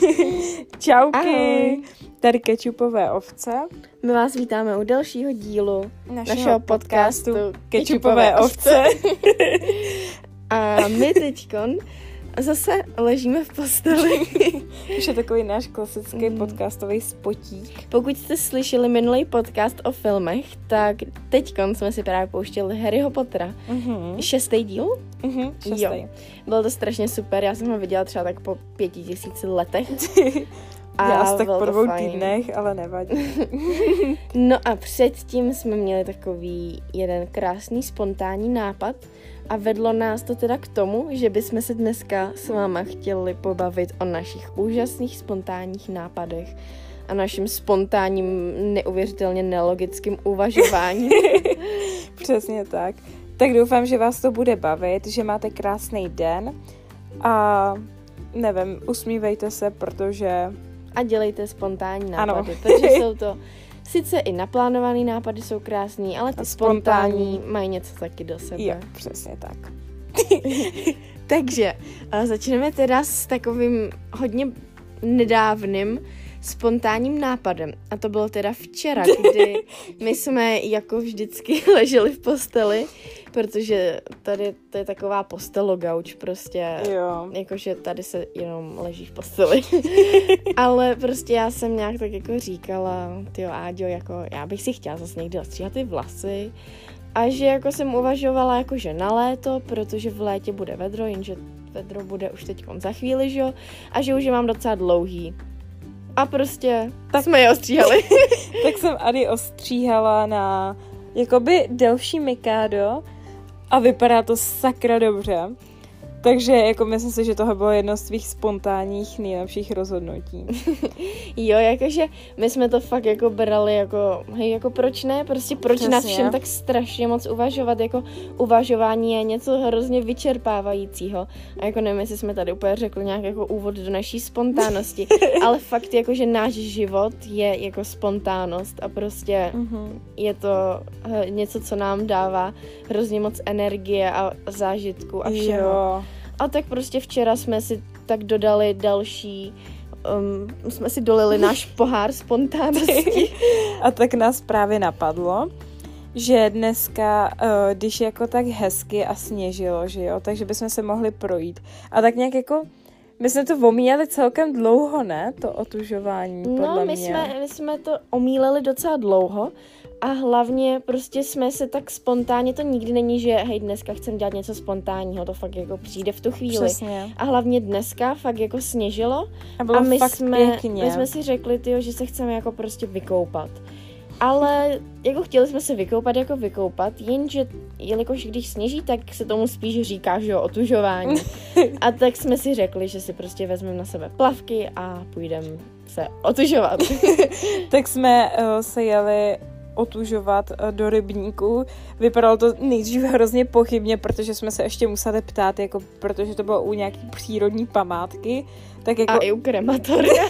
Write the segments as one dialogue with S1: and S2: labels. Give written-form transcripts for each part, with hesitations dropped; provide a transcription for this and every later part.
S1: Čauky,
S2: Ahoj.
S1: Tady Kečupové ovce.
S2: My vás vítáme u dalšího dílu našeho podcastu
S1: Kečupové ovce.
S2: A my teďkon zase ležíme v posteli.
S1: Už je takový náš klasický podcastový spotík.
S2: Pokud jste slyšeli minulý podcast o filmech, tak teďkon jsme si právě pouštěli Harryho Pottera. 6. díl?
S1: 6.
S2: Jo. Bylo to strašně super, já jsem ho viděla třeba tak po 5000 letech.
S1: Já asi tak po 2 týdnech, ale nevadí.
S2: No a předtím jsme měli takový jeden krásný spontánní nápad a vedlo nás to teda k tomu, že bychom se dneska s váma chtěli pobavit o našich úžasných spontánních nápadech a naším spontánním, neuvěřitelně nelogickým uvažování.
S1: Přesně tak. Tak doufám, že vás to bude bavit, že máte krásný den a nevím, usmívejte se, protože...
S2: A dělejte spontánní nápady, protože jsou to sice i naplánovaný nápady jsou krásný, ale ty spontánní mají něco taky do sebe.
S1: Jo, přesně tak.
S2: Takže začneme teda s takovým hodně nedávným spontánním nápadem. A to bylo teda včera, kdy my jsme jako vždycky leželi v posteli, protože tady to je taková postelogauč prostě.
S1: Jo.
S2: Jakože tady se jenom leží v posteli. Ale prostě já jsem nějak tak jako říkala, tyjo Áďo, jako já bych si chtěla zase někdy ostříhat ty vlasy. A že jako jsem uvažovala jakože na léto, protože v létě bude vedro, jenže vedro bude už teďkom za chvíli, že jo? A že už je mám docela dlouhý. A prostě tak jsme je ostříhali.
S1: Tak jsem Ady ostříhala na jakoby delší mikádo a vypadá to sakra dobře. Takže jako myslím si, že tohle bylo jedno z tvých spontánních nejlepších rozhodnutí.
S2: Jo, jakože my jsme to fakt jako brali jako, hej, jako proč ne? Prostě proč
S1: Přesně.
S2: nás všem tak strašně moc uvažovat, jako uvažování je něco hrozně vyčerpávajícího. A jako nevím, jestli jsme tady úplně řekli nějak jako úvod do naší spontánnosti, ale fakt jako, že náš život je jako spontánnost a prostě je to něco, co nám dává hrozně moc energie a zážitku a všeho.
S1: Jo.
S2: A tak prostě včera jsme si tak dodali další, jsme si dolili náš pohár spontánnosti.
S1: A tak nás právě napadlo, že dneska, když jako tak hezky a sněžilo, že jo, takže bychom se mohli projít. A tak nějak jako, my jsme to omíjeli celkem dlouho, ne? To otužování, podle mě.
S2: My jsme to omíleli docela dlouho. A hlavně prostě jsme se tak spontánně, to nikdy není, že hej, dneska chcem dělat něco spontánního, to fakt jako přijde v tu chvíli.
S1: Přesně.
S2: A hlavně dneska fakt jako sněžilo
S1: a bylo
S2: my
S1: fakt pěkně.
S2: My jsme si řekli, tyjo, že se chceme jako prostě vykoupat. Ale jako chtěli jsme se vykoupat, jenže jelikož když sněží, tak se tomu spíš říká, že jo, otužování. A tak jsme si řekli, že si prostě vezmeme na sebe plavky a půjdeme se otužovat.
S1: Tak jsme se jeli otužovat do rybníku. Vypadalo to nejdřív hrozně pochybně, protože jsme se ještě museli ptát, jako, protože to bylo u nějaký přírodní památky. Tak jako...
S2: A i u krematoria.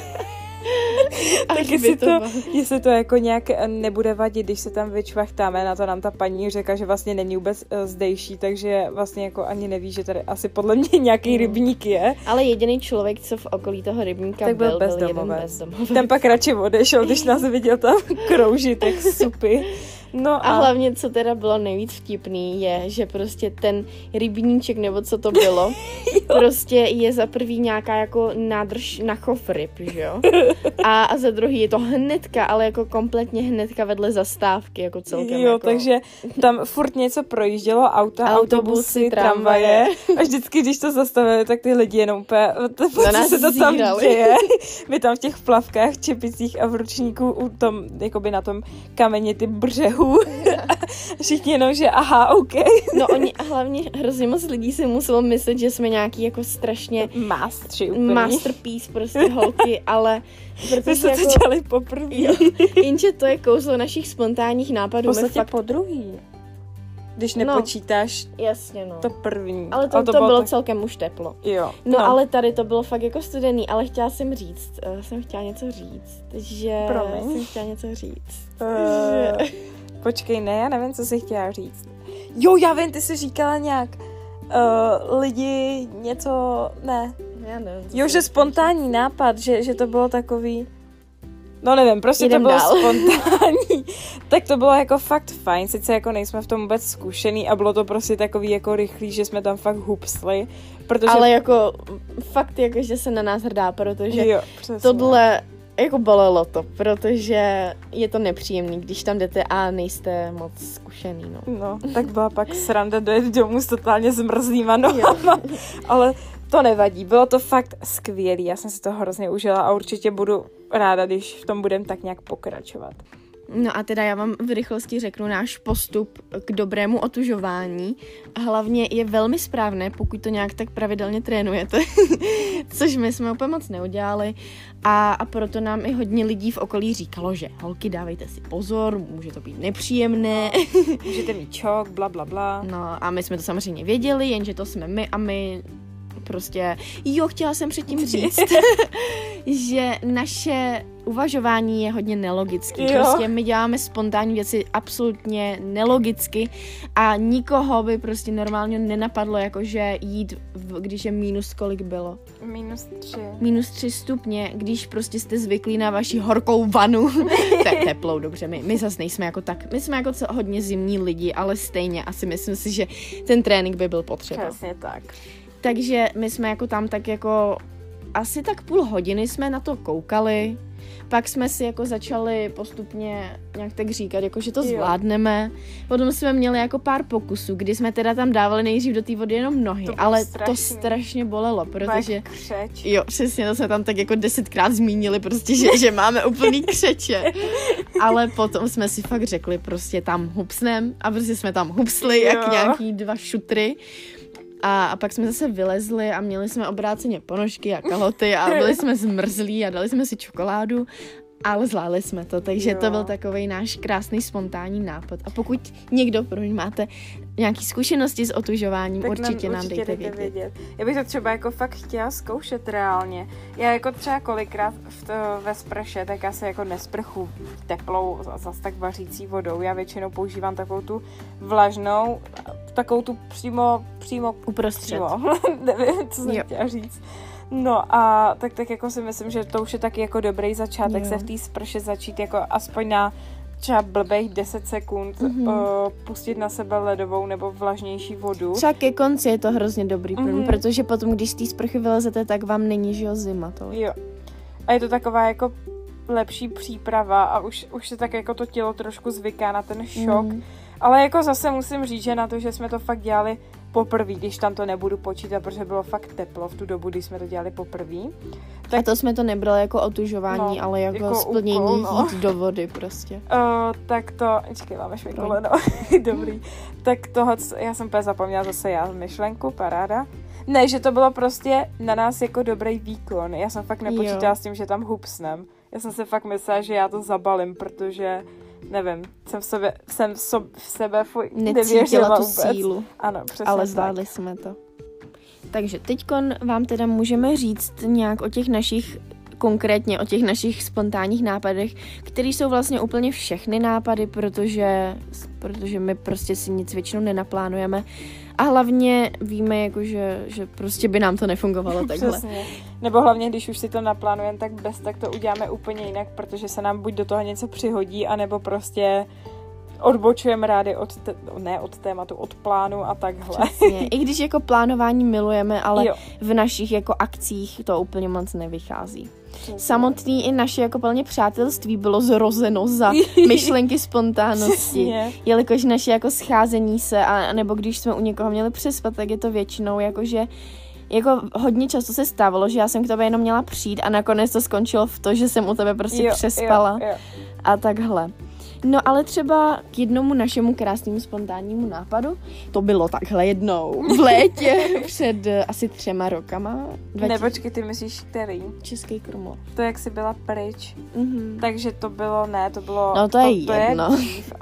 S1: Tak jestli to jako nějak nebude vadit, když se tam vyčvachtáme, na to nám ta paní řekla, že vlastně není vůbec zdejší, takže vlastně jako ani neví, že tady asi podle mě nějaký rybník je.
S2: Ale jediný člověk, co v okolí toho rybníka
S1: tak byl bezdomovec. Ten pak radši odešel, když nás viděl tam kroužit jak supy. No
S2: a hlavně, co teda bylo nejvíc vtipný, je, že prostě ten rybníček, nebo co to bylo, prostě je za prvý nějaká jako nádrž na chov ryb, že jo? A za druhý je to hnedka, ale jako kompletně hnedka vedle zastávky, jako celkem.
S1: Jo,
S2: jako...
S1: takže tam furt něco projíždělo, autobusy, tramvaje. A vždycky, když to zastavili, tak ty lidi jenom úplně, co se to tam děje. My tam v těch plavkách, čepicích a v ručníku u tom, jakoby na tom kameni ty břehu. Všichni jenom, že aha, OK.
S2: No oni hlavně hrozně moc lidí si muselo myslet, že jsme nějaký jako strašně masterpiece prostě holky, ale
S1: protože jsme
S2: jako,
S1: to dělali poprvé.
S2: Jenže to je kouzlo našich spontánních nápadů.
S1: V podstatě po druhý. Když nepočítáš
S2: jasně, no.
S1: To první.
S2: Ale to bylo tak... celkem už teplo.
S1: Jo.
S2: No ale tady to bylo fakt jako studený, ale chtěla jsem něco říct, že jsem chtěla něco říct.
S1: Počkej, ne, já nevím, co jsi chtěla říct. Jo, já vím, ty jsi říkala nějak lidi něco, ne.
S2: Já nevím.
S1: Jo, že spontánní nápad, že to bylo takový... No nevím, prostě
S2: Jdem
S1: to bylo
S2: dál.
S1: spontánní. Tak to bylo jako fakt fajn, sice jako nejsme v tom vůbec zkušený a bylo to prostě takový jako rychlý, že jsme tam fakt hupsli, protože...
S2: Ale jako fakt jako, že se na nás hrdá, protože
S1: jo, přesně.
S2: tohle jako bolelo to, protože je to nepříjemný, když tam jdete a nejste moc zkušený, no.
S1: No, tak byla pak sranda dojet domů s totálně zmrzlýma nohama, ale to nevadí, bylo to fakt skvělý, já jsem si to hrozně užila a určitě budu ráda, když v tom budem tak nějak pokračovat.
S2: No a teda já vám v rychlosti řeknu náš postup k dobrému otužování. Hlavně je velmi správné, pokud to nějak tak pravidelně trénujete, což my jsme úplně moc neudělali a proto nám i hodně lidí v okolí říkalo, že holky, dávejte si pozor, může to být nepříjemné.
S1: Můžete mít čok, bla, bla, bla.
S2: No a my jsme to samozřejmě věděli, jenže to jsme my a my prostě, chtěla jsem předtím říct, že naše uvažování je hodně nelogický. Prostě my děláme spontánní věci absolutně nelogicky a nikoho by prostě normálně nenapadlo, jakože jít, když je minus, kolik bylo? -3 stupně, když prostě jste zvyklí na vaši horkou vanu. Teplou, dobře, my zase nejsme jako tak, my jsme jako hodně zimní lidi, ale stejně asi myslím si, že ten trénink by byl potřeba.
S1: Přesně tak.
S2: Takže my jsme jako tam tak jako asi tak půl hodiny jsme na to koukali, pak jsme si jako začali postupně nějak tak říkat, jako že to zvládneme. Potom jsme měli jako pár pokusů, kdy jsme teda tam dávali nejdřív do té vody jenom nohy, ale to strašně bolelo, protože...
S1: Křeč.
S2: Jo, přesně, to jsme tam tak jako 10krát zmínili prostě, že máme úplný křeče. Ale potom jsme si fakt řekli, prostě tam hupsnem a prostě jsme tam hupsli jak nějaký 2 šutry. A pak jsme zase vylezli a měli jsme obráceně ponožky a kaloty a byli jsme zmrzlí a dali jsme si čokoládu, ale zvládli jsme to, takže to byl takovej náš krásný spontánní nápad. A pokud někdo, máte nějaký zkušenosti s otužováním, tak určitě nám dejte vědět.
S1: Já bych to třeba jako fakt chtěla zkoušet reálně. Já jako třeba kolikrát ve sprše, tak já se jako nesprchu teplou, zas tak vařící vodou. Já většinou používám takovou tu vlažnou, takovou tu přímo
S2: uprostřed.
S1: Nevím, co jsem chtěla říct. No a tak jako si myslím, že to už je taky jako dobrý začátek se v té sprše začít jako aspoň na třeba blbých 10 sekund pustit na sebe ledovou nebo vlažnější vodu.
S2: Třeba ke konci je to hrozně dobrý, protože potom, když z té sprchy vylezete, tak vám není, že zima to.
S1: Jo. A je to taková jako lepší příprava a už se tak jako to tělo trošku zvyká na ten šok. Ale jako zase musím říct, že na to, že jsme to fakt dělali poprvé, když tam to nebudu počítat, protože bylo fakt teplo v tu dobu, když jsme to dělali poprvé.
S2: Tak a to jsme to nebrali jako otužování, ale jako splnění jít do vody prostě.
S1: Tak to, máme švejkole, dobrý. Tak toho, já jsem úplně zapomněla zase myšlenku, paráda. Ne, že to bylo prostě na nás jako dobrý výkon. Já jsem fakt nepočítala s tím, že tam hupsnem. Já jsem si fakt myslela, že já to zabalím, protože nevím, jsem v sebe
S2: necítila tu sílu.
S1: Ano, přesně.
S2: Ale zvládli jsme to. Takže teďkon vám teda můžeme říct nějak konkrétně o těch našich spontánních nápadech, které jsou vlastně úplně všechny nápady, protože my prostě si nic většinou nenaplánujeme a hlavně víme, jako, že prostě by nám to nefungovalo takhle.
S1: Přesně. Nebo hlavně, když už si to naplánujeme, tak to uděláme úplně jinak, protože se nám buď do toho něco přihodí, anebo prostě odbočujeme rádi od tématu, od plánu a takhle.
S2: Přesně. I když jako plánování milujeme, ale v našich jako akcích to úplně moc nevychází. Přesně. Samotný i naše jako plně přátelství bylo zrozeno za myšlenky spontánnosti. Jelikož naše jako scházení se, a nebo když jsme u někoho měli přespat, tak je to většinou jakože jako hodně často se stávalo, že já jsem k tobě jenom měla přijít a nakonec to skončilo v to, že jsem u tebe prostě přespala a takhle. No ale třeba k jednomu našemu krásnému spontánnímu nápadu, to bylo takhle jednou v létě před asi 3 rokama.
S1: Nepočkej, ty myslíš který?
S2: Český Krumlov.
S1: To, jak jsi byla pryč. Takže to bylo.
S2: No to je jedno.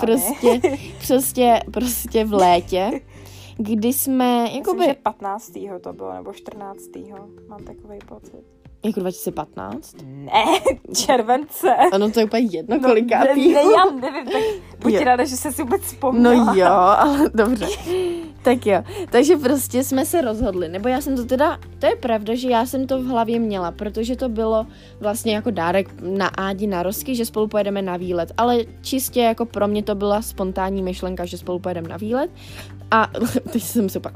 S2: Prostě v létě, kdy jsme jakoby...
S1: Myslím, že 15. to bylo, nebo 14. Mám takový pocit.
S2: Jako 2015?
S1: Ne, července.
S2: Ano, to je úplně jedno, kolikátý.
S1: Ne, já nevím, tak buď ráda, že se si vůbec vzpomněla.
S2: No jo, ale dobře. Tak jo, takže prostě jsme se rozhodli, nebo já jsem to teda, to je pravda, že já jsem to v hlavě měla, protože to bylo vlastně jako dárek na Ádi narozky, že spolu pojedeme na výlet, ale čistě jako pro mě to byla spontánní myšlenka, že spolu pojedeme na výlet a teď jsem se pak...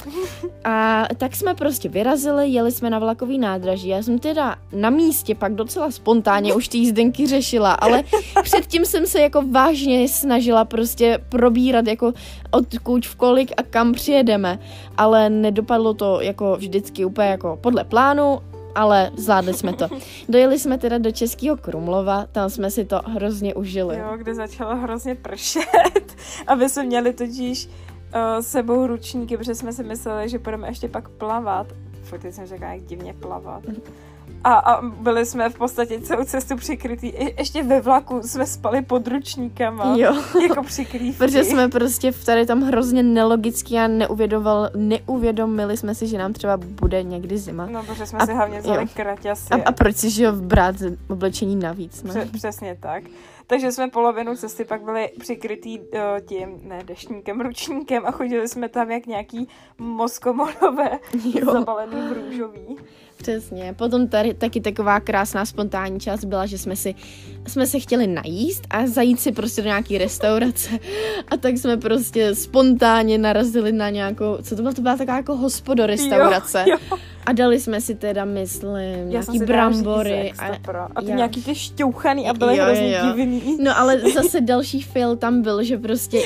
S2: A tak jsme prostě vyrazili, jeli jsme na vlakový nádraží. Já jsem teda na místě pak docela spontánně už ty jízdenky řešila, ale předtím jsem se jako vážně snažila prostě probírat jako odkud v kolik a kam přijedeme, ale nedopadlo to jako vždycky úplně jako podle plánu, ale zvládli jsme to. Dojeli jsme teda do Českého Krumlova, tam jsme si to hrozně užili.
S1: Jo, kde začalo hrozně pršet, aby jsme měli totiž sebou ručníky, protože jsme si mysleli, že budeme ještě pak plavat. Fakt, teď jsem řekla, jak divně plavat. A byli jsme v podstatě celou cestu přikrytý. Ještě ve vlaku jsme spali pod ručníkama.
S2: Jo.
S1: Jako přikrývky.
S2: Protože jsme prostě tady tam hrozně nelogicky a neuvědomili jsme si, že nám třeba bude někdy zima.
S1: No, protože jsme si hlavně vzali kraťasy.
S2: A proč si, že brát oblečení navíc, ne?
S1: Přesně tak. Takže jsme polovinu cesty pak byli přikrytý tím, deštníkem, ručníkem a chodili jsme tam jak nějaký moskomorové zabalený v růžový.
S2: Přesně. Potom tady taky taková krásná spontánní část byla, že jsme se chtěli najíst a zajít si prostě do nějaký restaurace. A tak jsme prostě spontánně narazili na nějakou, co to bylo? To byla taková jako hospodo restaurace.
S1: Jo.
S2: A dali jsme si teda, myslím, nějaký brambory.
S1: A ty nějaký ty šťouchaný a byly hrozně divný.
S2: No ale zase další fail tam byl, že prostě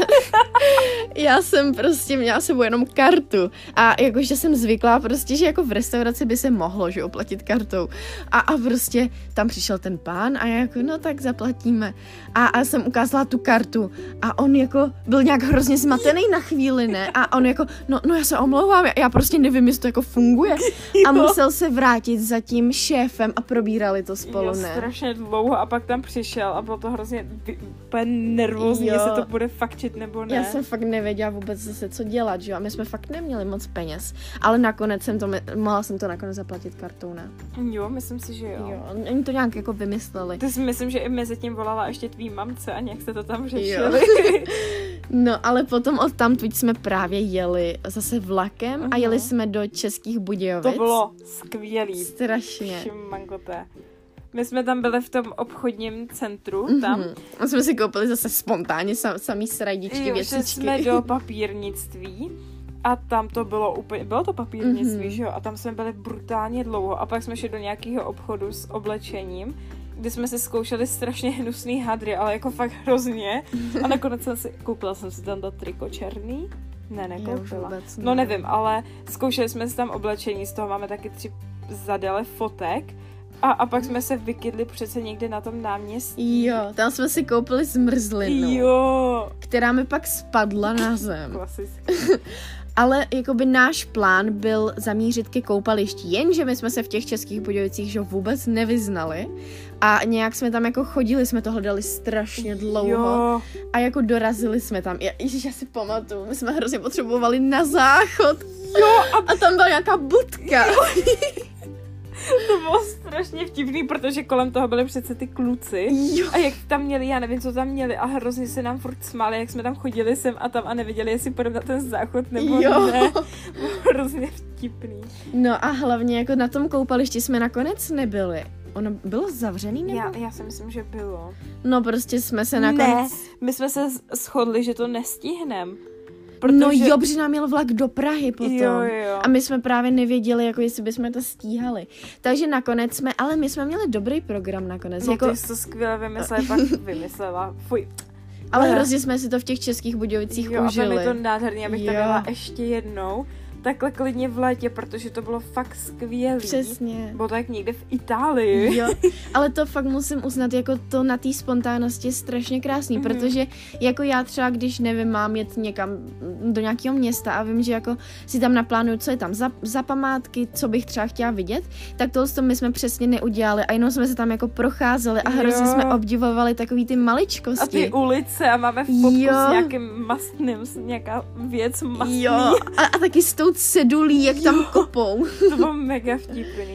S2: já jsem prostě měla sebou jenom kartu. A jakože jsem zvyklá prostě, že jako v restauraci by se mohlo, že oplatit kartou. A prostě tam přišel ten pán a já jako, no tak zaplatíme. A jsem ukázala tu kartu a on jako byl nějak hrozně zmatený na chvíli, ne? A on jako, no já se omlouvám, já prostě nevím, jestli to jako funguje. A musel se vrátit za tím šéfem a probírali to spolu, ne?
S1: Strašně dlouho a pak tam přišel a bylo to hrozně nervózní, jestli to bude fakčit nebo ne.
S2: Já jsem fakt nevěděla vůbec zase, co dělat, že jo? A my jsme fakt neměli moc peněz. Ale nakonec mohla jsem to nakonec zaplatit kartou, ne?
S1: Jo, myslím si, že jo.
S2: Oni to nějak jako vymysleli.
S1: Ty si myslím, že i mezi tím volala ještě tvý mamce a nějak jste to tam řešili.
S2: No, ale potom odtamtud jsme právě jeli zase vlakem a jeli jsme do Českých Budějovic.
S1: To bylo skvělý.
S2: Strašně.
S1: Šimankoté. My jsme tam byli v tom obchodním centru, tam.
S2: A jsme si koupili zase spontánně samý srajdičky, věcičky.
S1: Jsme do papírnictví a tam to bylo úplně, bylo to papírnictví, že jo? A tam jsme byli brutálně dlouho a pak jsme šli do nějakého obchodu s oblečením, kde jsme si zkoušeli strašně hnusný hadry, ale jako fakt hrozně. A nakonec koupila jsem si tam to triko černý. Nekoupila. No nevím, ale zkoušeli jsme si tam oblečení, z toho máme taky 3 zadele fotek. A pak jsme se vykydli přece někde na tom náměstí.
S2: Jo, tam jsme si koupili zmrzlinu.
S1: Jo.
S2: Která mi pak spadla na zem.
S1: Klasicky.
S2: Ale jakoby náš plán byl zamířit ke koupališti, jenže my jsme se v těch Českých Budějovicích že vůbec nevyznali a nějak jsme tam jako chodili, jsme to hledali strašně dlouho.
S1: Jo.
S2: A jako dorazili jsme tam. Ježiš, já si pamatuju, my jsme hrozně potřebovali na záchod.
S1: Jo.
S2: A tam byla nějaká budka.
S1: To bylo strašně vtipný, protože kolem toho byly přece ty kluci.
S2: Jo.
S1: A jak tam měli, já nevím, co tam měli, a hrozně se nám furt smáli, jak jsme tam chodili sem a tam a nevěděli, jestli půjdeme na ten záchod nebo ne. Bylo hrozně vtipný.
S2: No a hlavně jako na tom koupališti jsme nakonec nebyli. Ono bylo zavřený nebo?
S1: Já si myslím, že bylo.
S2: No prostě jsme se nakonec...
S1: Ne, my jsme se shodli, že to nestihneme.
S2: Protože... No jo, protože nám měl vlak do Prahy potom.
S1: Jo.
S2: A my jsme právě nevěděli, jako jestli bychom to stíhali. Takže nakonec ale my jsme měli dobrý program nakonec.
S1: No
S2: jako...
S1: ty jsi to skvěle vymyslela. Fuj.
S2: Ale hrozně jsme si to v těch Českých Budějovicích užili.
S1: Jo, a tam je to nádherný, abych tam jela ještě jednou. Takhle klidně v létě, protože to bylo fakt skvělý.
S2: Přesně.
S1: Bylo to jak někde v Itálii.
S2: Jo, ale to fakt musím uznat, jako to na té spontánnosti je strašně krásný, protože jako já třeba, když nevím, mám jet někam do nějakého města a vím, že jako si tam naplánuju, co je tam za památky, co bych třeba chtěla vidět, tak tohle my jsme přesně neudělali a jenom jsme se tam jako procházeli a hrozně jsme obdivovali takový ty maličkosti.
S1: A ty ulice a máme fotku s nějakým mastným, nějaká věc mastný.
S2: Jo, a taky s tou cedulí, jak tam kopou.
S1: To bylo mega vtipný.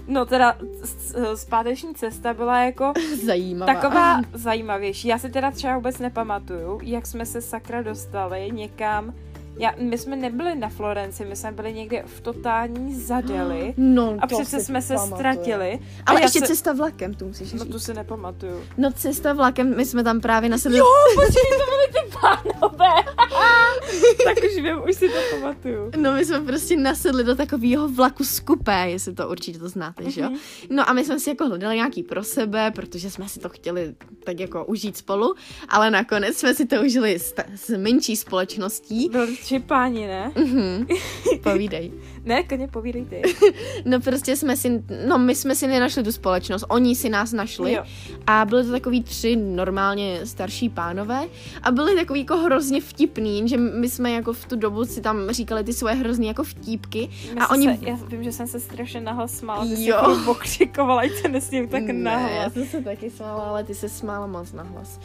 S1: No teda zpáteční cesta byla jako
S2: zajímavá.
S1: Taková zajímavější. Já si teda třeba vůbec nepamatuju, jak jsme se sakra dostali někam. My jsme nebyli na Florenci, my jsme byli někde v totální zadeli.
S2: No,
S1: a přece jsme se ztratili.
S2: Ale ještě cesta vlakem, tu musíš říct.
S1: No tu si nepamatuju.
S2: No cesta vlakem, my jsme tam právě nasedli.
S1: Jo, počkej, to byly ty pánové. Tak už vím, už si to pamatuju.
S2: No my jsme prostě nasedli do takového vlaku z kupé, jestli to určitě to znáte, že jo? No a my jsme si jako hledali nějaký pro sebe, protože jsme si to chtěli tak jako užít spolu, ale nakonec jsme si to užili s menší společností.
S1: Byli tři páni, ne?
S2: Povídej.
S1: Ne, klidně povídej ty.
S2: No prostě my jsme si nenašli tu společnost, oni si nás našli.
S1: Jo.
S2: A byli to takový 3 normálně starší pánové a byli takový jako hrozně vtipný, že my jsme jako v tu dobu si tam říkali ty svoje hrozný jako vtípky.
S1: Já vím, že jsem se strašně nahlas smála, ty jsi jako pokřikovala, ať se nesmím tak nahlas.
S2: Ne, já jsem se taky smála, ale ty se smála moc nahlas.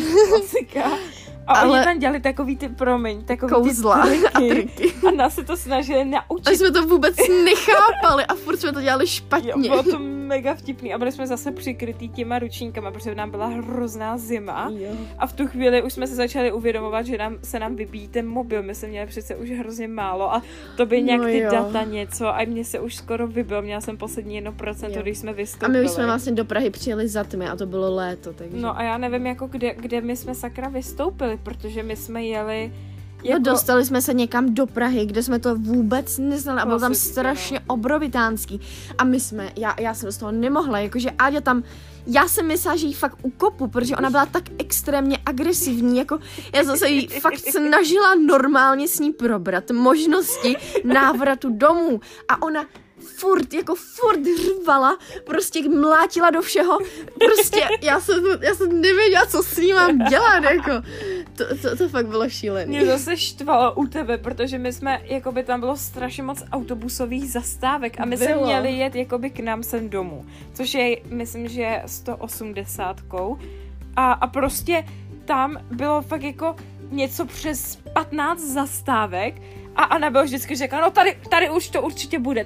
S1: A oni tam dělali takový ty, takový
S2: kouzla
S1: ty
S2: a triky.
S1: A nás se to snažili naučit.
S2: A jsme to vůbec nechápali a furt jsme to dělali špatně.
S1: Jo, bylo to mega vtipný a byli jsme zase přikrytý těma ručníkama, protože nám byla hrozná zima.
S2: Jo.
S1: A v tu chvíli už jsme se začali uvědomovat, že se nám vybíjí ten mobil. My jsme měli přece už hrozně málo a to by nějak ty data něco a mně se už skoro vybil. Měla jsem poslední 1%, když jsme vystoupili.
S2: A my už jsme vlastně do Prahy přijeli za tmy a to bylo léto. Takže...
S1: No a já nevím, jako kde my jsme sakra vystoupili, protože my jsme jeli...
S2: No dostali jsme se někam do Prahy, kde jsme to vůbec neznali a bylo tam strašně obrovitánský. A já jsem z toho nemohla, jakože Áďa tam, já jsem myslela, že jí fakt ukopu, protože ona byla tak extrémně agresivní, jako já jsem se jí fakt snažila normálně s ní probrat možnosti návratu domů a ona furt řvala, prostě mlátila do všeho, prostě já jsem nevěděla, co s ní mám dělat, jako, to fakt bylo šílený.
S1: Mě zase štvalo u tebe, protože my jsme, jakoby tam bylo strašně moc autobusových zastávek a my jsme měli jet jakoby k nám sem domů, což je, myslím, že 180 a prostě tam bylo fakt jako něco přes 15 zastávek a Anna byla vždycky řekla, no tady už to určitě bude,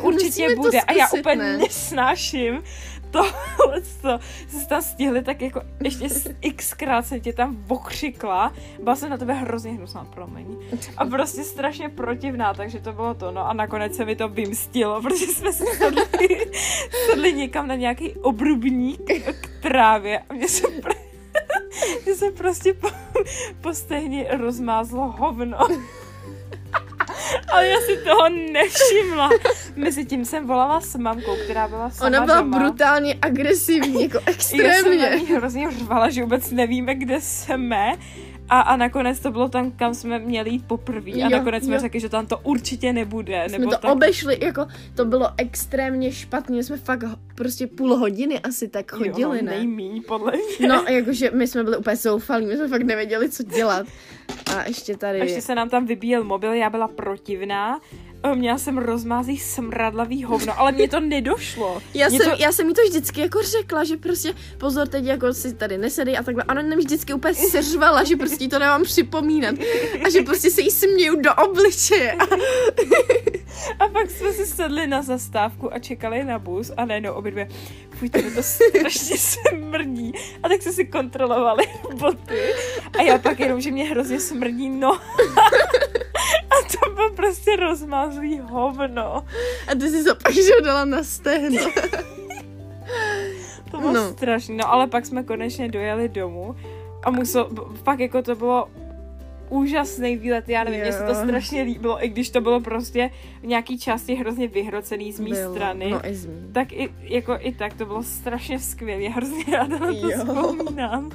S1: a já úplně nesnáším tohleto. Jsi tam stihli tak jako ještě xkrát jsem tě tam okřikla, byla jsem na tebe hrozně hnusná, promiň. A prostě strašně protivná, takže to bylo to, no a nakonec se mi to vymstilo, protože jsme se sedli někam na nějaký obrubník k trávě a mě se prostě po stehni rozmázlo hovno. Ale já si toho nevšimla. Mezi tím jsem volala s mamkou, která byla sama
S2: Ona byla
S1: doma.
S2: brutálně agresivní, jako extrémně.
S1: Já jsem na ní hrozně řvala, že vůbec nevíme, kde jsme. A nakonec to bylo tam, kam jsme měli jít poprvé. A nakonec jsme řekli, že tam to určitě nebude.
S2: Jsme to obešli, jako to bylo extrémně špatně. Jsme fakt prostě půl hodiny asi tak chodili, ne?
S1: Nejmíň, podle mě.
S2: No, jakože my jsme byli úplně zoufalí, my jsme fakt nevěděli, co dělat. A ještě tady...
S1: A ještě se nám tam vybíjel mobil, já byla protivná. Měla jsem rozmází smradlavý hovno, ale mně to nedošlo.
S2: Já jsem jí to vždycky jako řekla, že prostě pozor, teď jako si tady nesedej a takhle. Ona mě vždycky úplně seřvala, že prostě to nemám připomínat a že prostě se jí směju do obličeje.
S1: A pak jsme si sedli na zastávku a čekali na bus a najednou obě dvě, fuj, tady to strašně smrdí. A tak jsme si kontrolovali boty a já pak jenom, že mě hrozně smrdí a to bylo prostě rozmázlý hovno.
S2: A ty jsi se pak dala na stehno.
S1: To bylo strašný, no ale pak jsme konečně dojeli domů a fakt jako to bylo úžasný výlet, já nevím, mně se to strašně líbilo, i když to bylo prostě v nějaký části hrozně vyhrocený z mý strany,
S2: no i z mý.
S1: Tak i tak to bylo strašně skvělé, já hrozně ráda na to vzpomínám.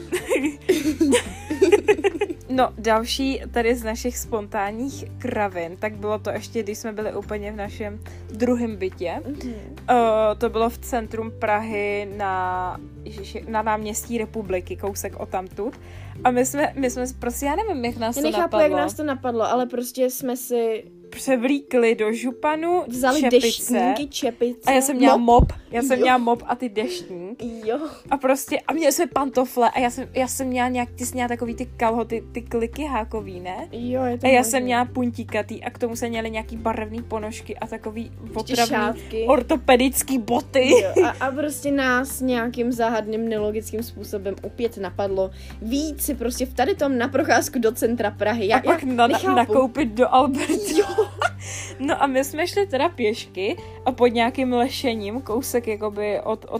S1: No, další tady z našich spontánních kravin, tak bylo to ještě, když jsme byli úplně v našem druhém bytě. To bylo v centrum Prahy na náměstí Republiky, kousek odtamtud. A my jsme prostě, já nevím, jak nás to napadlo.
S2: Nechápu, jak nás to napadlo, ale prostě jsme si
S1: převlíkli do županu,
S2: vzali deštníky, čepice.
S1: A já jsem měla mop. Já jsem měla mop a ty deštník.
S2: Jo.
S1: A prostě, a měli jsme pantofle a já jsem měla ty jsi měla takový ty kalhoty, ty kliky hákový, ne?
S2: Jo, je to
S1: a já
S2: možný.
S1: jsem měla puntíkatý a k tomu se měly nějaký barevný ponožky a takový opravný ortopedický boty.
S2: Jo, a prostě nás nějakým záhadným nelogickým způsobem opět napadlo víc si prostě v tady tom na procházku do centra Prahy.
S1: A pak nakoupit do Alberta.
S2: Jo.
S1: No a my jsme šli teda pěšky a pod nějakým lešením, kousek jakoby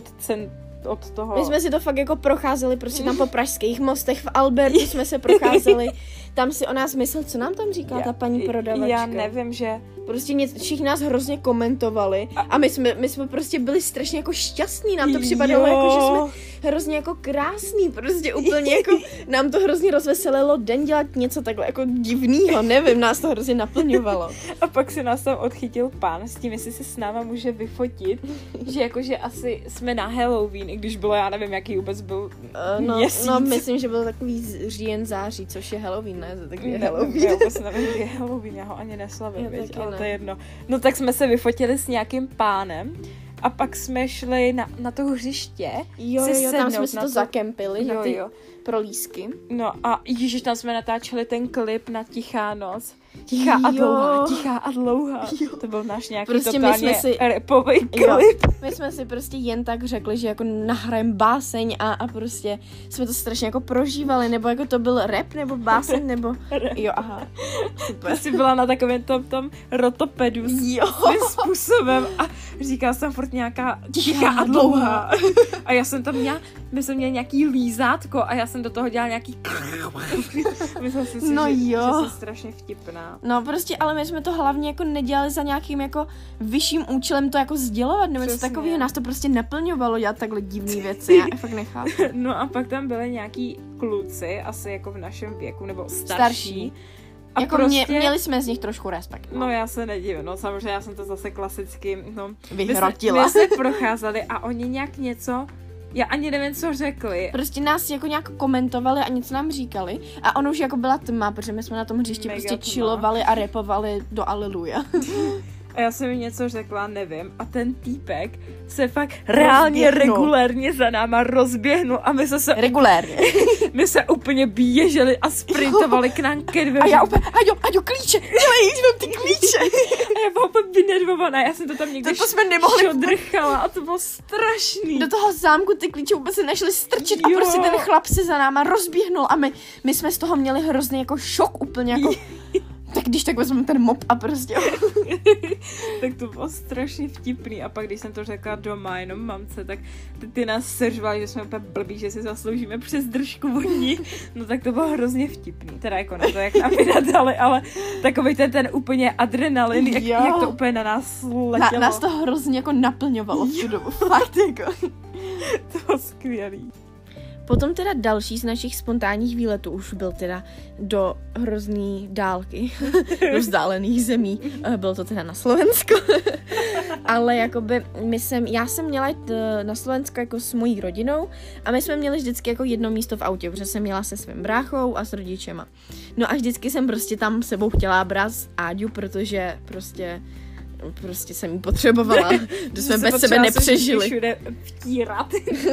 S1: od toho.
S2: My jsme si to fakt jako procházeli prostě tam po pražských mostech v Albertu jsme se procházeli. Tam si o nás myslel, co nám tam říká ta paní prodavačka.
S1: Já nevím, že...
S2: Prostě všichni nás hrozně komentovali a my jsme prostě byli strašně jako šťastní, nám to připadalo jako, že jsme hrozně jako krásný, prostě úplně jako nám to hrozně rozveselilo den dělat něco takhle jako divnýho, nevím, nás to hrozně naplňovalo.
S1: A pak se nás tam odchytil pán s tím, jestli se s náma může vyfotit, že jakože asi jsme na Halloween, i když bylo, já nevím, jaký vůbec byl měsíc.
S2: No, myslím, že byl takový říjen, září, což je Halloween, ne? To taky je Halloween.
S1: Já vůbec nevím, je Halloween, já ho ani neslavím, ale to je jedno. No tak jsme se vyfotili s nějakým pánem a pak jsme šli na to hřiště.
S2: Jo, tam jsme si to zakempili na ty prolísky.
S1: No a ježiš, tam jsme natáčeli ten klip na Tichá noc. Tichá a dlouhá. Jo. To byl náš nějaký prostě totálně rapový klip. Jo.
S2: My jsme si prostě jen tak řekli, že jako nahrajem báseň a prostě jsme to strašně jako prožívali, nebo jako to byl rap, nebo báseň, nebo... Jo, aha. Super.
S1: Jsi byla na takovém tom rotopedu svým způsobem a říkala jsem furt nějaká tichá a dlouhá. A já jsem tam měla, my jsme měli nějaký lízátko a já jsem do toho dělala nějaký... Myslím si, že jsem strašně vtipná.
S2: No prostě, ale my jsme to hlavně jako nedělali za nějakým jako vyšším účelem to jako sdělovat, nebo něco takového, nás to prostě naplňovalo dělat takhle divné věci, já fakt nechápu.
S1: No a pak tam byly nějaký kluci, asi jako v našem věku, nebo starší.
S2: A jako prostě... měli jsme z nich trošku respekt.
S1: No já se nedivím, no samozřejmě já jsem to zase klasicky,
S2: vyhrotila.
S1: My jsme procházeli a oni nějak něco... Já ani nevím, co řekli.
S2: Prostě nás jako nějak komentovali a něco nám říkali a ono už jako byla tma, protože my jsme na tom hřišti prostě chillovali a rapovali do Aleluja.
S1: A já jsem mi něco řekla, nevím, a ten týpek se fakt reálně regulérně za náma rozběhnul a my se
S2: regulérně.
S1: My se úplně běželi a sprintovali k nám ke dveřím.
S2: A já úplně, Aďo, klíče, dělej, mám ty klíče.
S1: A já byla úplně vynervovaná, já jsem to tam někde šodrchala a to bylo strašný.
S2: Do toho zámku ty klíče vůbec se nešly strčit a prostě ten chlap se za náma rozběhnul a my jsme z toho měli hrozný jako šok úplně jako... Tak když tak vezmeme ten mop a prostě...
S1: Tak to bylo strašně vtipný a pak když jsem to řekla doma jenom mamce, tak ty nás seřvali, že jsme úplně blbí, že si zasloužíme přes držku vodní. No tak to bylo hrozně vtipný, teda jako na to, jak nám vynadali, ale takovej ten úplně adrenalin, jak to úplně na nás letělo.
S2: Nás to hrozně jako naplňovalo v tu dobu, fakt jako.
S1: To bylo skvělý.
S2: Potom teda další z našich spontánních výletů už byl teda do hrozný dálky, do vzdálených zemí. Bylo to teda na Slovensko. Ale jakoby já jsem měla jít na Slovensko jako s mojí rodinou a my jsme měli vždycky jako jedno místo v autě, protože jsem jela se svým bráchou a s rodičema. No a vždycky jsem prostě tam sebou chtěla brát Áďu, protože prostě jsem jí potřebovala, že jsme bez sebe nepřežili.
S1: Všude vtírat.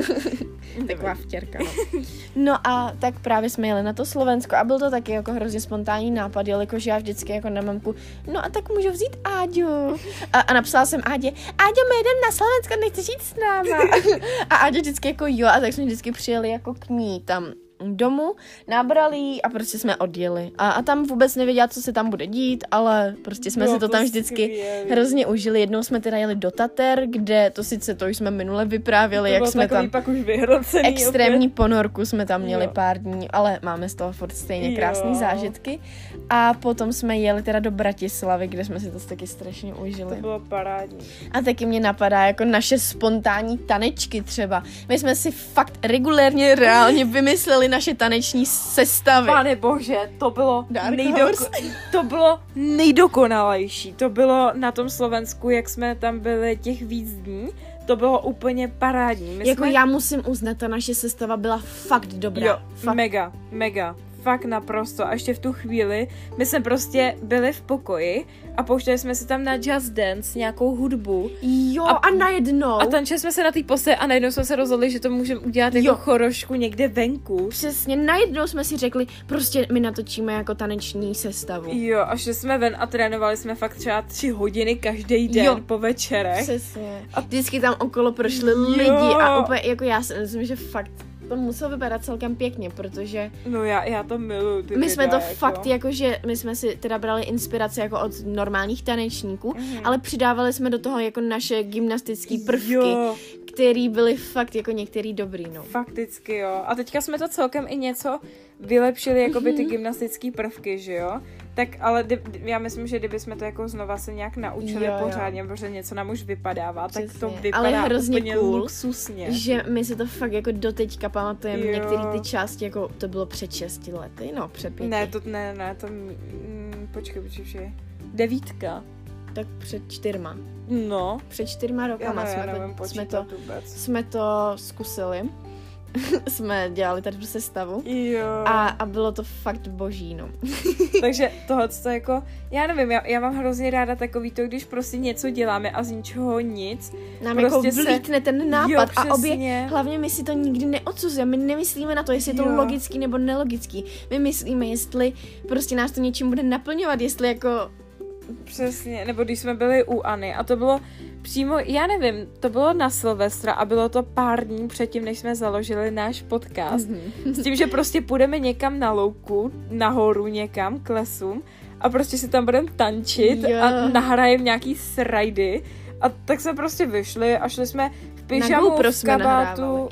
S2: Taková vtěrka, no. No a tak právě jsme jeli na to Slovensko a byl to taky jako hrozně spontánní nápad, jelikož já vždycky jako na mamku, no a tak můžu vzít Áďu. A napsala jsem Ádě, Áďo, my jdem na Slovensko, nechceš jít s náma? A Áďa vždycky jako jo, a tak jsme vždycky přijeli jako k ní tam domů, nabrali a prostě jsme odjeli. A tam vůbec nevěděla, co se tam bude dít, ale prostě jsme si to tam vždycky hrozně užili. Jednou jsme teda jeli do Tater, kde to už jsme minule vyprávěli, jak jsme tam
S1: pak už vyhrocený
S2: extrémní ponorku jsme tam měli pár dní, ale máme z toho furt stejně krásné zážitky. A potom jsme jeli teda do Bratislavy, kde jsme si to taky strašně užili.
S1: To bylo parádní.
S2: A taky mě napadá jako naše spontánní tanečky třeba. My jsme si fakt regulérně reálně vymysleli naše taneční sestavy.
S1: Pane bože, to bylo nejdokonalejší. To bylo na tom Slovensku, jak jsme tam byli těch víc dní. To bylo úplně parádní.
S2: Já musím uznat, ta naše sestava byla fakt dobrá.
S1: Jo,
S2: fakt.
S1: mega. fakt naprosto. A ještě v tu chvíli my jsme prostě byli v pokoji a pouštěli jsme si tam na Just Dance nějakou hudbu.
S2: Jo, a najednou.
S1: A tančili jsme se na té posteli a najednou jsme se rozhodli, že to můžeme udělat jako chorošku někde venku.
S2: Přesně, najednou jsme si řekli, prostě my natočíme jako taneční sestavu.
S1: Jo, a šli jsme ven a trénovali jsme fakt třeba 3 hodiny každý den po večerech.
S2: Přesně. A vždycky tam okolo prošli lidi a úplně, jako já si myslím, že fakt to muselo vypadat celkem pěkně, protože...
S1: No já to miluju.
S2: My jsme to fakt jakože, my jsme si teda brali inspiraci jako od normálních tanečníků, ale přidávali jsme do toho jako naše gymnastické prvky, který byly fakt jako některý dobrý, no.
S1: Fakticky, jo. A teďka jsme to celkem i něco vylepšili, jakoby ty gymnastické prvky, že jo? Tak ale já myslím, že kdyby jsme to jako znova se nějak naučili pořádně, protože něco nám už vypadává, tak to vypadá
S2: ale hrozně
S1: úplně luxusně.
S2: Že my si to fakt jako doteďka pamatujeme, některé ty části, jako to bylo před 6 lety, no před 5.
S1: Ne, počkej, 9.
S2: Tak před 4.
S1: No.
S2: Před 4 rokama jsme to zkusili. Jsme dělali tady tu sestavu.
S1: Jo.
S2: A bylo to fakt boží, no.
S1: Takže tohle to jako, já nevím, já mám hrozně ráda takový to, když prostě něco děláme a z ničeho nic.
S2: Nám prostě jako vlítne ten nápad a hlavně my si to nikdy neodsuzujeme, my nemyslíme na to, jestli je to logický nebo nelogický. My myslíme, jestli prostě nás to něčím bude naplňovat, jestli jako...
S1: Přesně, nebo když jsme byli u Anny a to bylo přímo, já nevím, to bylo na Silvestra a bylo to pár dní předtím, než jsme založili náš podcast. S tím, že prostě půjdeme někam na louku, nahoru někam k lesům a prostě si tam budeme tančit a nahrajeme nějaký srajdy. A tak jsme prostě vyšli a šli jsme v pyžamu, v kabátu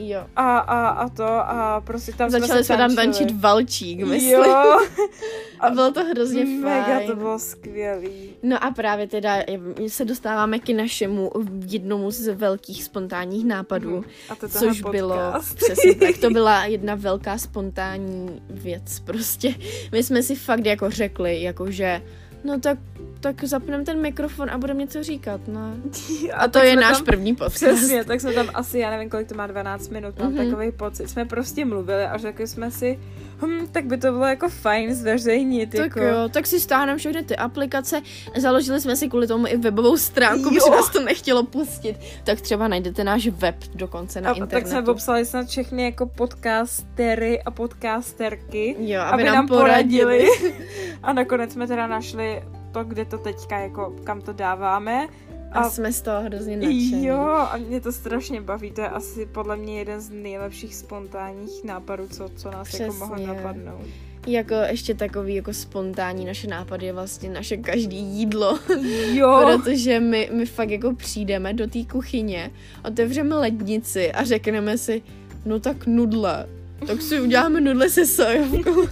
S1: a prostě tam
S2: začali jsme tam tančit valčík, myslím.
S1: Jo.
S2: A bylo to hrozně fajn.
S1: Mega to bylo skvělý.
S2: No a právě teda se dostáváme k našemu jednomu z velkých spontánních nápadů, což bylo, přesně tak, to byla jedna velká spontánní věc prostě. My jsme si fakt jako řekli, jakože no tak zapneme ten mikrofon a budeme něco říkat, no. A to je náš první podcast.
S1: Přesně, tak jsme tam asi, já nevím, kolik to má, 12 minut, mám takový pocit. Jsme prostě mluvili a řekli jsme si, tak by to bylo jako fajn zveřejnit.
S2: Tak jako. Jo, tak si stáhneme všechny ty aplikace, založili jsme si kvůli tomu i webovou stránku, protože nás to nechtělo pustit. Tak třeba najdete náš web dokonce na internetu.
S1: Tak jsme popsali snad všechny jako podcastery a podcasterky,
S2: aby nám poradili.
S1: A nakonec jsme teda našli to, kde to teďka, jako kam to dáváme.
S2: A jsme z toho hrozně nadšení.
S1: Jo, a mě to strašně baví, to je asi podle mě jeden z nejlepších spontánních nápadů, co nás jako mohlo napadnout.
S2: Jako ještě takový jako spontánní naše nápady je vlastně naše každý jídlo.
S1: Jo.
S2: Protože my fakt jako přijdeme do té kuchyně, otevřeme lednici a řekneme si, no tak nudle. Tak si uděláme nudle se sojovkou.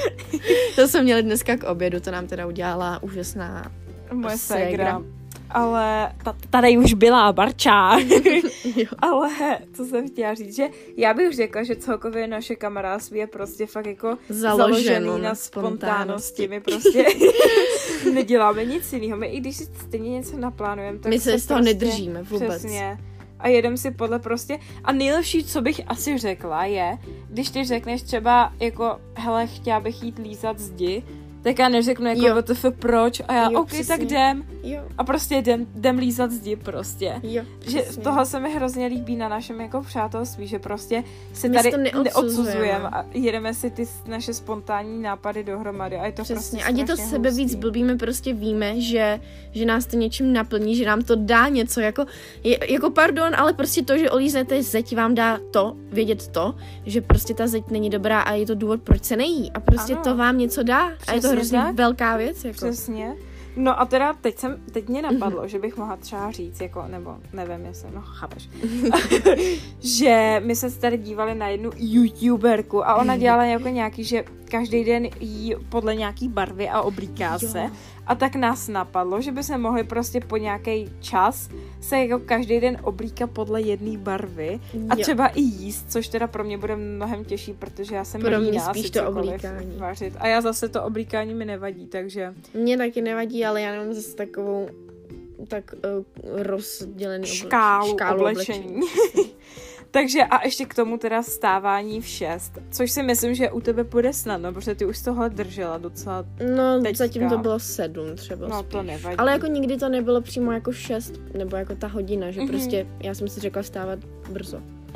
S2: To jsme měli dneska k obědu, to nám teda udělala úžasná
S1: moje ségra. Ale tady už byla Barča. Ale co jsem chtěla říct, že já bych řekla, že celkově naše kamarádství je prostě fakt jako založený na spontánnosti. My prostě neděláme nic jiného. My i když si stejně něco naplánujeme, tak
S2: my se z toho
S1: prostě
S2: nedržíme vůbec.
S1: Přesně. A jedem si podle prostě. A nejlepší, co bych asi řekla, je, když ty řekneš třeba jako, hele, chtěla bych jít lízat zdi, tak já neřeknu jako WTF proč a já ok, tak jdem. Jo. A prostě jdem lízat zdi prostě.
S2: Jo,
S1: že toho se mi hrozně líbí na našem jako přátelství, že prostě se tady neodsuzujeme a jedeme si ty naše spontánní nápady dohromady a je to
S2: přesně.
S1: prostě
S2: ať je to sebe víc blbý, my prostě víme, že nás to něčím naplní, že nám to dá něco, jako pardon, ale prostě to, že olíznete zeď, vám dá to, vědět to, že prostě ta zeď není dobrá a je to důvod, proč se nejí a prostě to vám něco dá. Přesně, a je to hrozně velká věc. Jako.
S1: Přesně. No a teda teď mě napadlo, že bych mohla třeba říct, jako, nebo nevím, jestli, no chápeš, že my se tady dívali na jednu youtuberku a ona dělala jako nějaký, že každý den jí podle nějaký barvy a oblíká se. A tak nás napadlo, že by se mohli prostě po nějaký čas se jako každý den oblíkat podle jedné barvy a třeba i jíst, což teda pro mě bude mnohem těžší, protože já jsem líná
S2: spíš to oblíkání
S1: vařit. A já zase to oblíkání mi nevadí, takže...
S2: Mně taky nevadí, ale já nemám zase takovou rozdělený
S1: škálu oblečení. Takže a ještě k tomu teda vstávání v 6, což si myslím, že u tebe půjde snadno, protože ty už tohle držela docela teďka.
S2: Zatím to bylo 7 třeba.
S1: No to nevadí.
S2: Ale jako nikdy to nebylo přímo jako 6, nebo jako ta hodina, že prostě já jsem si řekla vstávat brzo.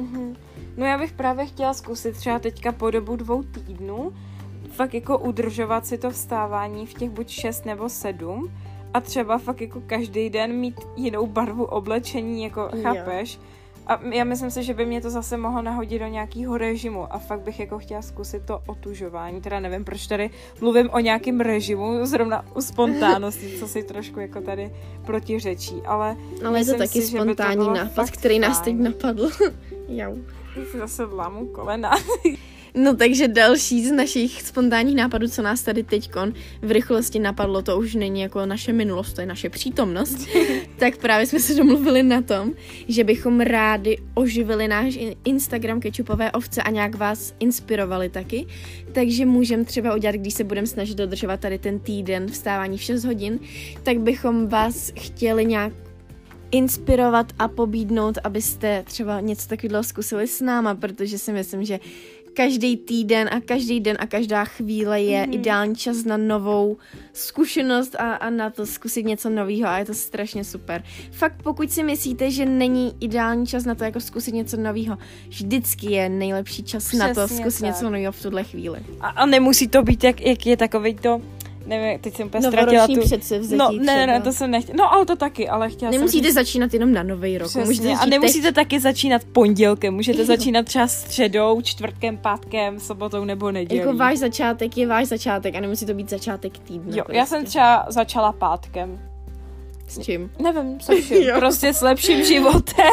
S1: No já bych právě chtěla zkusit třeba teďka po dobu 2 týdnů fakt jako udržovat si to vstávání v těch buď 6 nebo 7 a třeba fakt jako každý den mít jinou barvu oblečení, jako chápeš? A já myslím si, že by mě to zase mohlo nahodit do nějakého režimu a fakt bych jako chtěla zkusit to otužování. Teda nevím, proč tady mluvím o nějakém režimu, zrovna u spontánnosti, co si trošku jako tady protiřečí, ale
S2: je to taky spontánní nápad, který nás teď napadl. Jau.
S1: Si zase vlámu kolena.
S2: No takže další z našich spontánních nápadů, co nás tady teďkon v rychlosti napadlo, to už není jako naše minulost, to je naše přítomnost, tak právě jsme se domluvili na tom, že bychom rádi oživili náš Instagram Kečupové ovce a nějak vás inspirovali taky, takže můžeme třeba udělat, když se budeme snažit dodržovat tady ten týden vstávání v 6 hodin, tak bychom vás chtěli nějak inspirovat a pobídnout, abyste třeba něco takového zkusili s náma, protože si myslím, že každý týden a každá chvíle je ideální čas na novou zkušenost a na to zkusit něco nového a je to strašně super. Fakt pokud si myslíte, že není ideální čas na to jako zkusit něco nového, vždycky je nejlepší čas přesně na to zkusit něco nového v tuhle chvíli.
S1: A nemusí to být, jak je takovej to, nevím, teď jsem úplně ztratila tu...
S2: předsevzetí
S1: Ne, to jsem nechtěla. No, ale to taky, ale chtěla
S2: nemusíte
S1: jsem
S2: začínat jenom na nový rok.
S1: Přesně, a nemusíte taky začínat pondělkem, můžete začínat třeba středou, čtvrtkem, pátkem, sobotou nebo nedělí.
S2: Jako váš začátek je váš začátek a nemusí to být začátek týdne.
S1: Jo, prostě. Já jsem třeba začala pátkem.
S2: S čím?
S1: Nevím, se vším. Prostě s lepším životem.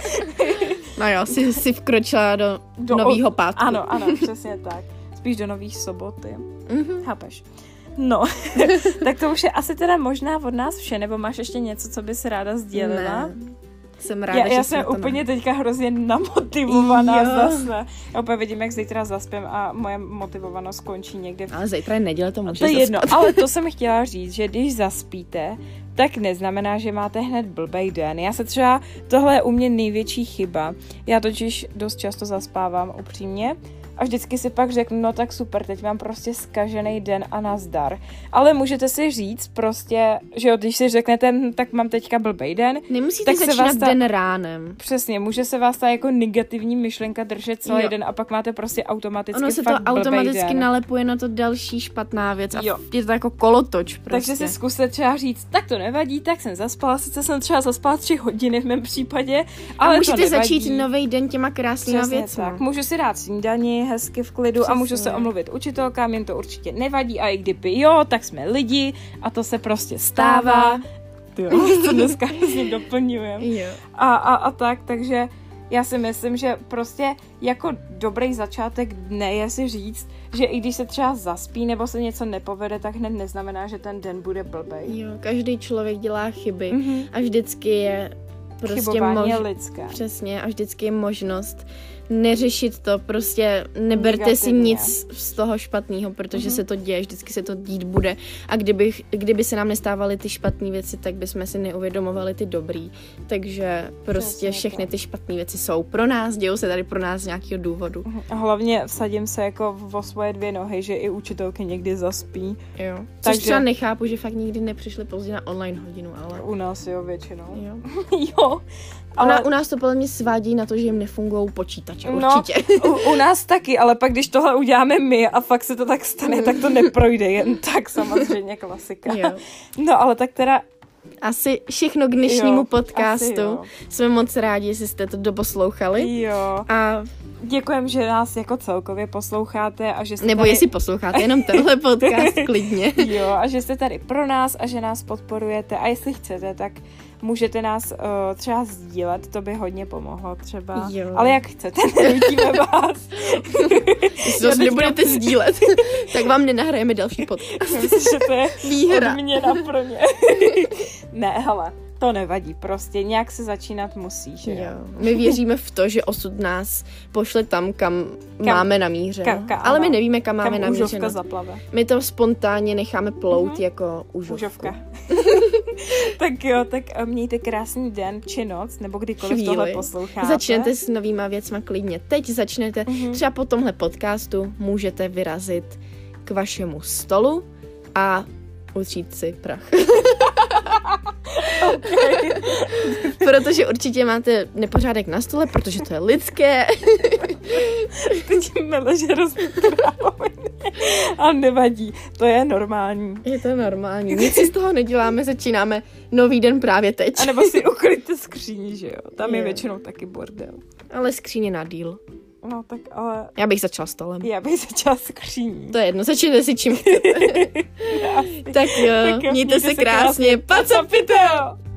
S2: No jo, jsi vkročila do novýho pátku.
S1: Ano, přesně tak. Spíš do nových soboty. Chápeš? No, tak to už je asi teda možná od nás vše, nebo máš ještě něco, co bys ráda sdělila?
S2: Ne. Jsem ráda, že
S1: já jsem úplně teďka hrozně namotivovaná zase. Já úplně vidím, jak zítra zaspím a moje motivovanost skončí někde.
S2: Ale zítra je neděle, to může
S1: to je jedno, ale to jsem chtěla říct, že když zaspíte, tak neznamená, že máte hned blbej den. Já se třeba, tohle je u mě největší chyba. Já totiž dost často zaspávám upřímně. A vždycky si pak řeknu, no tak super, teď mám prostě zkažený den a nazdar. Ale můžete si říct prostě, že jo, když si řeknete, tak mám teďka blbej den.
S2: Nemusíte začínat den ránem.
S1: Přesně, může se vás ta jako negativní myšlenka držet celý den a pak máte prostě automaticky
S2: ono se
S1: fakt
S2: to automaticky
S1: den.
S2: Nalepuje na to další špatná věc a je to jako kolotoč prostě.
S1: Takže si zkuste třeba říct, tak to nevadí, tak jsem zaspala, sice jsem třeba zaspala 3 hodiny v mém případě, ale
S2: můžete
S1: to nevadí.
S2: Začít nový den těma krásnýma věcmi.
S1: Tak, můžu si dát snídani hezky v klidu a můžu se omluvit učitelkám, jim to určitě nevadí a i kdyby jo, tak jsme lidi a to se prostě stává. To dneska s ním doplňujem. A tak, takže já si myslím, že prostě jako dobrý začátek dne je si říct, že i když se třeba zaspí nebo se něco nepovede, tak hned neznamená, že ten den bude blbej.
S2: Jo, každý člověk dělá chyby a vždycky je prostě
S1: chybování je lidské.
S2: Přesně, a vždycky je možnost neřešit to, prostě neberte si nic z toho špatného, protože se to děje, vždycky se to dít bude a kdyby se nám nestávaly ty špatné věci, tak bychom si neuvědomovali ty dobrý, takže prostě všechny ty špatné věci jsou pro nás, dějou se tady pro nás z nějakého důvodu.
S1: A hlavně vsadím se jako o svoje 2 nohy, že i učitelky někdy zaspí.
S2: Jo. Což třeba nechápu, že fakt nikdy nepřišli pozdě na online hodinu, ale...
S1: U nás jo, většinou.
S2: Jo. Ale u nás to podle mě svádí na to, že jim nefungují počítače, určitě.
S1: U nás taky, ale pak když tohle uděláme my a fakt se to tak stane, tak to neprojde jen tak, samozřejmě klasika.
S2: Jo.
S1: No ale tak teda...
S2: Asi všechno k dnešnímu podcastu. Jsme moc rádi, že jste to doposlouchali.
S1: Jo.
S2: A
S1: děkujem, že nás jako celkově posloucháte a že jste
S2: nebo
S1: tady...
S2: jestli posloucháte jenom tenhle podcast, klidně.
S1: Jo, a že jste tady pro nás a že nás podporujete a jestli chcete, tak můžete nás třeba sdílet, to by hodně pomohlo třeba.
S2: Jo.
S1: Ale jak chcete, nenutíme vás.
S2: Jestli to nebudete sdílet, tak vám nenahrajeme další podcast.
S1: Myslím, že to je
S2: výhra.
S1: Odměna pro ně. Ne, hele, To nevadí, prostě nějak se začínat musí, že jo.
S2: My věříme v to, že osud nás pošle tam, kam máme namířeno. Ale my nevíme, kam máme namířeno.
S1: Užovka zaplave.
S2: My to spontánně necháme plout jako užovka.
S1: Tak jo, tak mějte krásný den či noc, nebo kdykoliv tohle posloucháte.
S2: Začnete s novýma věcma klidně. Teď začnete, třeba po tomhle podcastu můžete vyrazit k vašemu stolu a utřít si prach.
S1: Okay.
S2: Protože určitě máte nepořádek na stole, protože to je lidské.
S1: Teď mi leže a nevadí, to je normální.
S2: Je to normální, nic si z toho neděláme, začínáme nový den právě teď.
S1: A nebo si ukryjte skříň, že jo, tam je většinou taky bordel.
S2: Ale skříň je na díl.
S1: No tak ale...
S2: Já bych začala stolem.
S1: Já bych začala skříní.
S2: To je jedno, začněte si čím chcete. Tak jo, mějte se krásně. Pacapiteo!